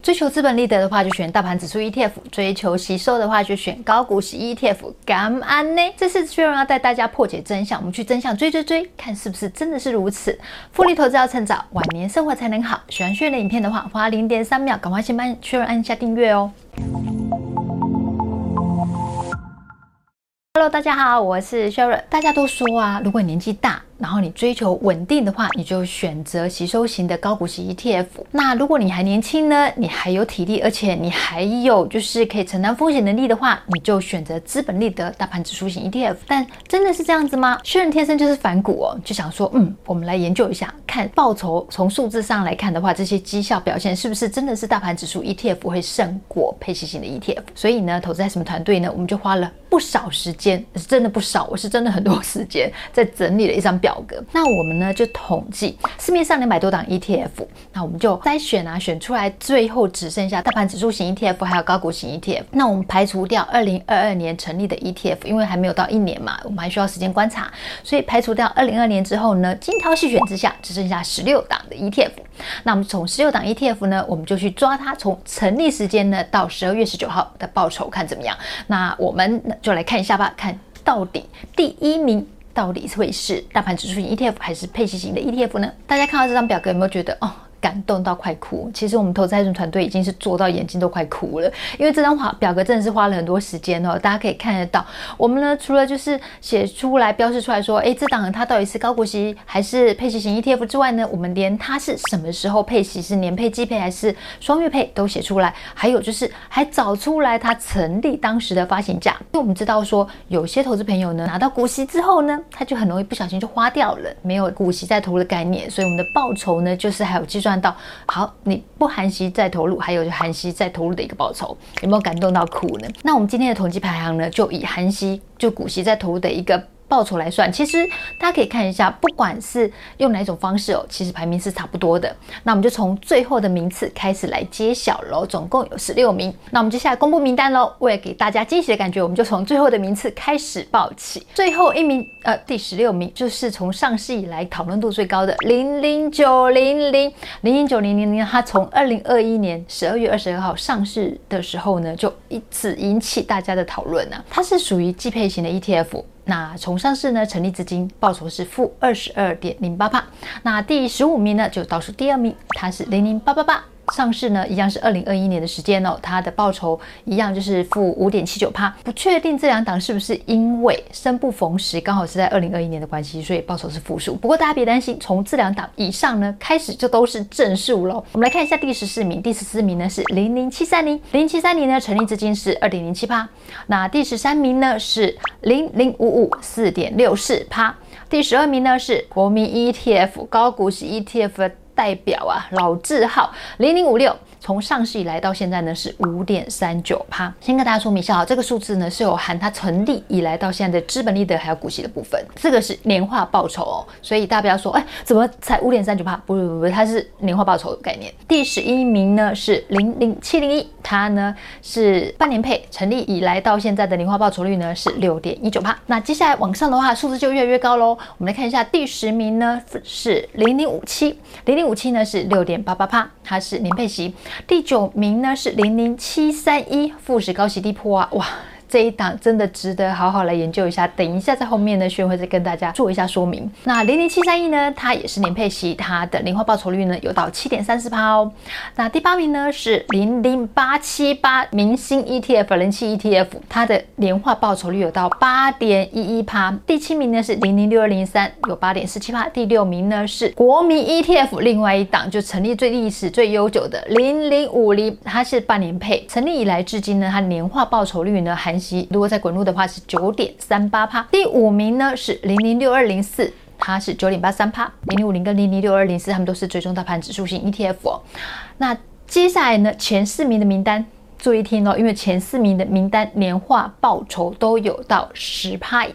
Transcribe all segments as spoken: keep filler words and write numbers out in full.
追求资本利得的话，就选大盘指数 E T F； 追求息收的话，就选高股息 E T F。感恩呢？这次薛荣要带大家破解真相，我们去真相追追追，看是不是真的是如此。复利投资要趁早，晚年生活才能好。喜欢薛荣的影片的话，花零点三秒，赶快先帮薛荣按一下订阅哦。Hello， 大家好，我是 Sharon。大家都说啊，如果你年纪大，然后你追求稳定的话，你就选择吸收型的高股息 E T F。那如果你还年轻呢，你还有体力，而且你还有就是可以承担风险能力的话，你就选择资本利得大盘指数型 E T F。但真的是这样子吗？Sharon天生就是反股哦，就想说，嗯，我们来研究一下，看报酬从数字上来看的话，这些绩效表现是不是真的是大盘指数 E T F 会胜过配息型的 E T F？ 所以呢，投资在什么团队呢？我们就花了不少时间，是真的不少，我是真的很多时间在整理了一张表。表格，那我们呢就统计市面上两百多档 E T F， 那我们就筛选啊，选出来，最后只剩下大盘指数型 E T F 还有高股型 E T F。那我们排除掉二零二二年成立的 E T F， 因为还没有到一年嘛，我们还需要时间观察，所以排除掉二零二二年之后呢，精挑细选之下，只剩下十六档的 E T F。那我们从十六档 E T F 呢，我们就去抓它从成立时间呢到十二月十九号的报酬看怎么样。那我们就来看一下吧，看到底第一名到底会是大盘指数型 E T F 还是配息型的 E T F 呢？大家看到这张表格有没有觉得哦，感动到快哭？其实我们投资海豚团队已经是做到眼睛都快哭了，因为这张表格真的是花了很多时间哦。大家可以看得到，我们呢除了就是写出来标示出来说，哎，这档它到底是高股息还是配息型 E T F 之外呢，我们连它是什么时候配息，是年配、季配还是双月配都写出来，还有就是还找出来它成立当时的发行价。因为我们知道说，有些投资朋友呢拿到股息之后呢，他就很容易不小心就花掉了，没有股息再投入的概念，所以我们的报酬呢就是还有计算。赚到好，你不含息再投入，还有含息再投入的一个报酬，有没有感动到哭呢？那我们今天的统计排行呢，就以含息就股息再投入的一个报酬来算，其实大家可以看一下，不管是用哪一种方式哦，其实排名是差不多的。那我们就从最后的名次开始来揭晓喽，总共有十六名。那我们接下来公布名单喽，为了给大家惊喜的感觉，我们就从最后的名次开始报起。最后一名，呃，第十六名就是从上市以来讨论度最高的零零九零零零零九零零零，它从二零二一年十二月二十二号上市的时候呢，就一直引起大家的讨论啊。它是属于季配型的 E T F。那从上市呢，成立至今报酬是负二十二点零八%。那第十五名呢，就倒数第二名，它是零零八八八。上市呢，一样是二零二一年的时间哦，它的报酬一样就是负 五点七九%。不确定这两档是不是因为生不逢时，刚好是在二零二一年的关系，所以报酬是负数。不过大家别担心，从这两档以上呢，开始就都是正数咯。我们来看一下第十四名，第十四名呢是零零七三零，零零七三零呢成立至今是 二点零七%。那第十三名呢是零零五五， 四点六四%。第十二名呢是国民 E T F 高股息 E T F 的代表啊，老字号零零五六，从上市以来到现在呢是 五点三九%。先跟大家说明一下，这个数字呢是有含它成立以来到现在的资本利得还有股息的部分，这个是年化报酬哦，所以大家不要说，哎，怎么才 五点三九%？不不不不，它是年化报酬的概念。第十一名呢是零零七零一，它呢是半年配，成立以来到现在的年化报酬率呢是 六点一九%。那接下来往上的话，数字就越来越高喽。我们来看一下第十名呢是零零五七，零零五七呢是 六点八八%，它是年配息。第九名呢是零零七三一，富时高息低波啊，哇！这一档真的值得好好来研究一下，等一下在后面呢，轩会再跟大家做一下说明。那零零七三一呢，它也是年配息，它的年化报酬率呢有到 七点三四%哦。那第八名呢是零零八七八，明星 E T F 人气 E T F， 它的年化报酬率有到 八点一一%。第七名呢是零零六二零三，有 八点四七%。第六名呢是国民 E T F， 另外一档就成立最历史最悠久的零零五零，它是半年配，成立以来至今呢，它年化报酬率呢含如果再滚入的话是 九点三八%。第五名呢是零零六二零四，它是 九点八三%。零零五零跟零零六二零四，他们都是追踪大盘指数型 E T F 哦。那接下来呢，前四名的名单注意听哦，因为前四名的名单年化报酬都有到 百分之十 以上。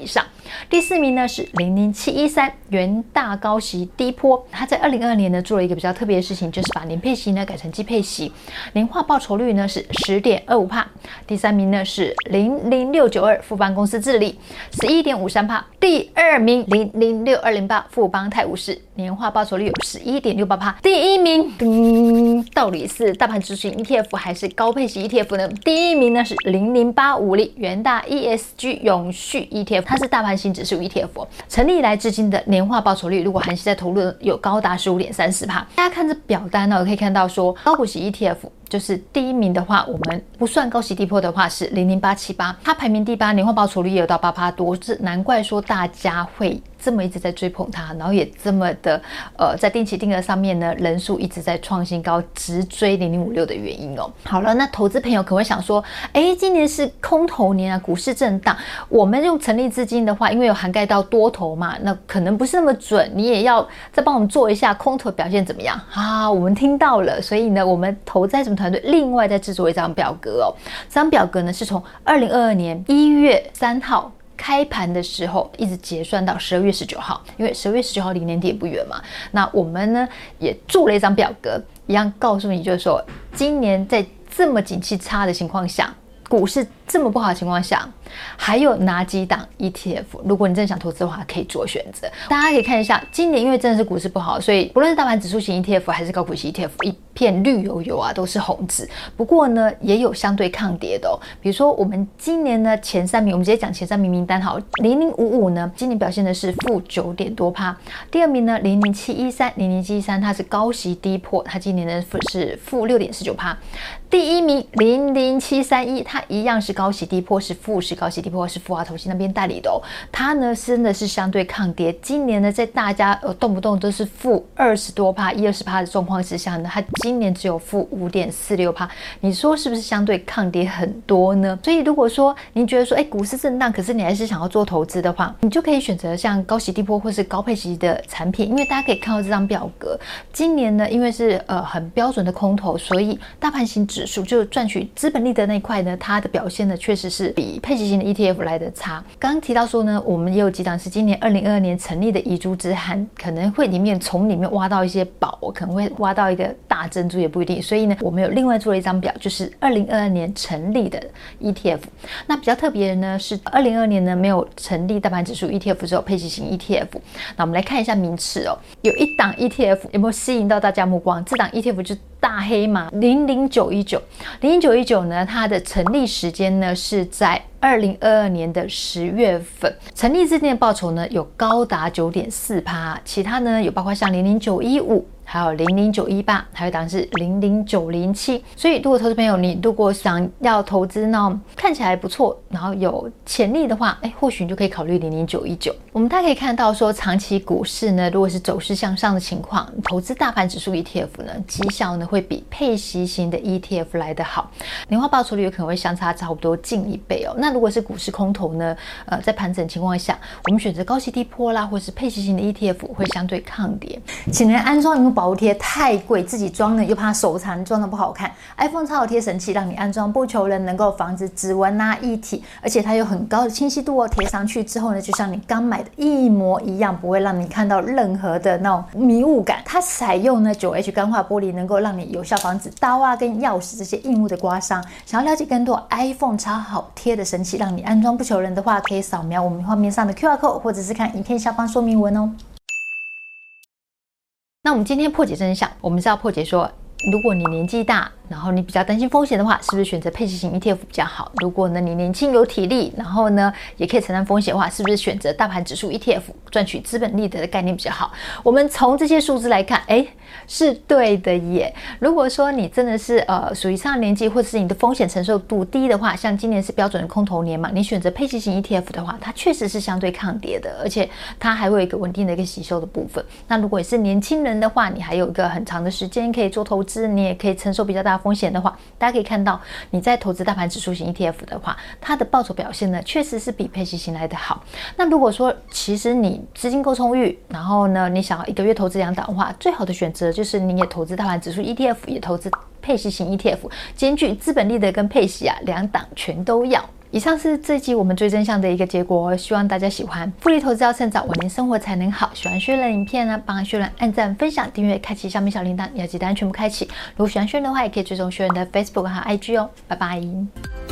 第四名呢是零零七一三元大高息低波，它在二零二二年呢做了一个比较特别的事情，就是把年配息呢改成季配息，年化报酬率呢是 百分之十点二五。第三名呢是零零六九二富邦公司治理 十一点五三。第二名零零六二零八富邦泰晤士，年化报酬率有 百分之十一点六八。第一名，嗯，到底是大盘指数型 E T F 还是高配息 E T F 呢？第一名呢是零零八五零元大 E S G 永续 E T F， 它是大盘型指数 E T F， 成立以来至今的年化报酬率，如果含息在投入有高达 十五点三四。大家看这表单呢，可以看到说高股息 E T F。就是第一名的话，我们不算高息低波的话是零零八七八，它排名第八，年化报酬率也有到 百分之八 多，这难怪说大家会这么一直在追捧它，然后也这么的呃在定期定额上面呢人数一直在创新高，直追零零五六的原因哦。好了，那投资朋友可能会想说，哎，今年是空头年啊，股市震荡，我们用成立资金的话，因为有涵盖到多头嘛，那可能不是那么准，你也要再帮我们做一下空头表现怎么样啊？我们听到了，所以呢，我们投资什么团队另外再制作一张表格哦。这张表格呢是从二零二二年一月三号开盘的时候一直结算到十二月十九号，因为十二月十九号离年底也不远嘛。那我们呢也做了一张表格，一样告诉你，就是说今年在这么景气差的情况下，股市这么不好的情况下，还有哪几档 E T F 如果你真的想投资的话可以做选择。大家可以看一下，今年因为真的是股市不好，所以不论是大盘指数型 E T F 还是高股息 E T F， 一片绿油油啊，都是红字。不过呢也有相对抗跌的哦，比如说我们今年呢前三名，我们直接讲前三名名单好，零零五五呢今年表现的是负九点多趴，第二名呢零零七一三零零七一三它是高息低波，它今年呢是负六点四九趴，第一名零零七三一它一样是高息低波，是富士高息低波，是富华投信那边代理的哦。它呢真的是相对抗跌，今年呢在大家呃动不动都是负二十多趴、一二十趴的状况之下呢，它今年只有负五点四六趴。你说是不是相对抗跌很多呢？所以如果说你觉得说，哎，股市震荡，可是你还是想要做投资的话，你就可以选择像高息低波或是高配息的产品，因为大家可以看到这张表格，今年呢因为是呃很标准的空头，所以大盘型指数就赚取资本利得那一块呢，它的表现呢确实是比配息型的 E T F 来的差。刚刚提到说呢，我们也有几档是今年二零二二年成立的遗珠之憾，可能会里面从里面挖到一些宝，可能会挖到一个大珍珠也不一定。所以呢，我们有另外做了一张表，就是二零二二年成立的 E T F。那比较特别的呢是二零二二年呢没有成立大盘指数 E T F， 只有配息型 E T F。那我们来看一下名次哦，有一档 E T F 有没有吸引到大家目光？这档 E T F 就是大黑马零零九一九，零零九一九呢，它的成立时间呢是在二零二二年的十月份，成立至今的报酬呢有高达 九点四趴，其他呢有包括像零零九一五。还有零零九一八，还有一档是零零九零七。所以如果投资朋友你如果想要投资那种看起来不错，然后有潜力的话，哎，或许你就可以考虑零零九一九。我们大家可以看到说，长期股市呢，如果是走势向上的情况，投资大盘指数 E T F 呢，绩效呢会比配息型的 E T F 来得好，年化报酬率有可能会相差差不多近一倍哦。那如果是股市空头呢，呃，在盘整情况下，我们选择高息低波啦，或是配息型的 E T F 会相对抗跌。请人安装荧幕保护贴太贵，自己装呢又怕手残，装的不好看。iPhone 超好贴神器，让你安装不求人，能够防止指纹啊液体，而且它有很高的清晰度哦。贴上去之后呢，就像你刚买的一模一样，不会让你看到任何的那种迷雾感。它采用呢 九 H 钢化玻璃，能够让你有效防止刀啊跟钥匙这些硬物的刮伤。想要了解更多 iPhone 超好贴的神器，让你安装不求人的话，可以扫描我们画面上的 Q R code， 或者是看影片下方说明文哦。那我们今天破解真相，我们是要破解说，如果你年纪大，然后你比较担心风险的话，是不是选择配息型 E T F 比较好？如果呢你年轻有体力，然后呢也可以承担风险的话，是不是选择大盘指数 E T F 赚取资本利得的概念比较好？我们从这些数字来看，哎，是对的耶。如果说你真的是呃属于上了年纪，或者是你的风险承受度低的话，像今年是标准的空头年嘛，你选择配息型 E T F 的话，它确实是相对抗跌的，而且它还会有一个稳定的一个吸收的部分。那如果你是年轻人的话，你还有一个很长的时间可以做投资，你也可以承受比较大的风险的话，大家可以看到你在投资大盘指数型 E T F 的话，它的报酬表现呢确实是比配息型来的好。那如果说其实你资金够充裕，然后呢你想要一个月投资两档的话，最好的选择就是你也投资大盘指数 E T F， 也投资配息型 E T F， 兼具资本利得跟配息啊两档全都要。 以上是这集我们最真相的一个结果，希望大家喜欢。复利投资要趁早，晚年生活才能好。喜欢薛仁影片呢，帮薛仁按赞、分享、订阅、开启小米小铃铛，也要记得按全部开启。如果喜欢薛仁的话，也可以追踪薛仁的 Facebook 和 I G 哦。拜拜。